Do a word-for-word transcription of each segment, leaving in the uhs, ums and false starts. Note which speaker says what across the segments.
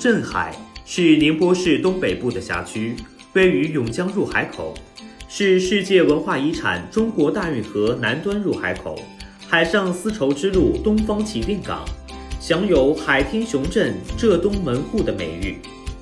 Speaker 1: 镇海是宁波市东北部的辖区，位于颍江入海口，是世界文化遗产中国大运河南端入海口，海上丝绸之路东方起定港，享有海天雄镇、浙东门户的美誉。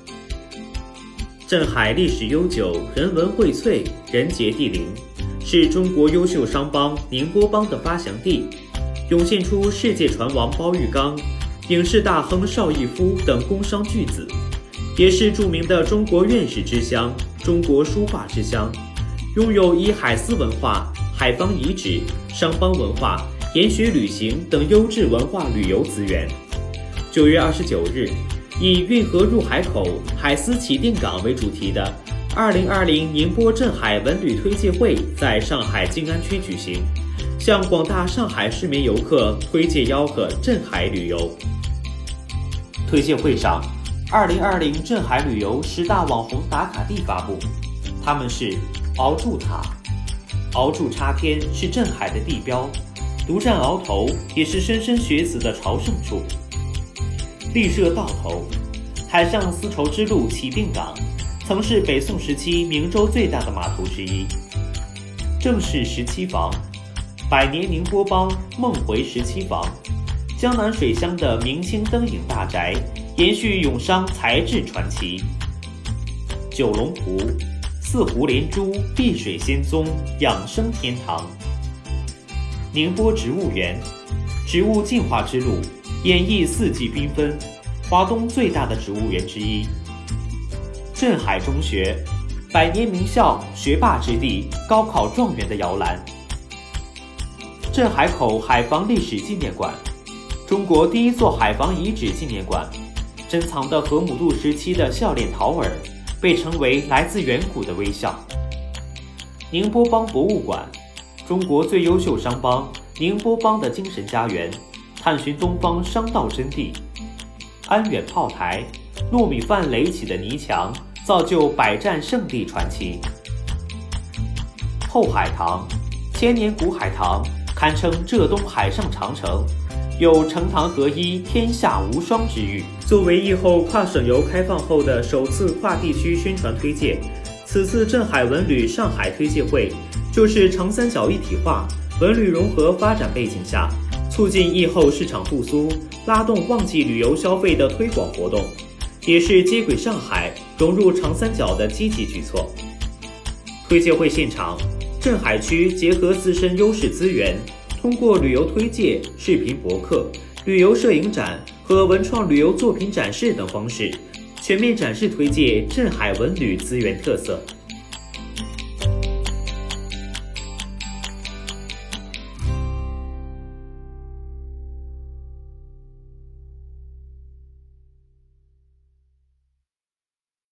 Speaker 1: 镇海历史悠久，人文荟萃，人杰地灵，是中国优秀商帮宁波帮的发祥地，涌现出世界船王包玉刚、影视大亨邵逸夫等工商巨子，也是著名的中国院士之乡、中国书画之乡，拥有以海丝文化、海防遗址、商帮文化、研学旅行等优质文化旅游资源。九月二十九日，以运河入海口、海丝起定港为主题的二零二零宁波镇海文旅推介会在上海静安区举行，向广大上海市民游客推介吆喝镇海旅游。推介会上，二零二零镇海旅游十大网红打卡地发布，他们是鳌柱塔。鳌柱插天是镇海的地标，独占鳌头也是莘莘学子的朝圣处。立社道头，海上丝绸之路起定港，曾是北宋时期明州最大的码头之一。正是十七房，百年宁波帮梦回十七房，江南水乡的明清灯影大宅，延续永商材质传奇。九龙湖，四湖连珠，碧水仙踪，养生天堂。宁波植物园，植物进化之路，演绎四季缤纷，华东最大的植物园之一。镇海中学，百年名校，学霸之地，高考状元的摇篮。镇海口海防历史纪念馆，中国第一座海防遗址纪念馆，珍藏的河姆渡时期的笑脸陶耳，被称为来自远古的微笑。宁波帮博物馆，中国最优秀商帮宁波帮的精神家园，探寻东方商道真谛。安远炮台，糯米饭垒起的泥墙，造就百战胜地传奇。后海棠，千年古海棠，堪称浙东海上长城，有城塘合一、天下无双之誉。作为疫后跨省游开放后的首次跨地区宣传推介，此次镇海文旅上海推介会就是长三角一体化、文旅融合发展背景下，促进疫后市场复苏、拉动旺季旅游消费的推广活动，也是接轨上海融入长三角的积极举措。推介会现场，镇海区结合自身优势资源，通过旅游推介、视频博客、旅游摄影展和文创旅游作品展示等方式，全面展示推介镇海文旅资源特色。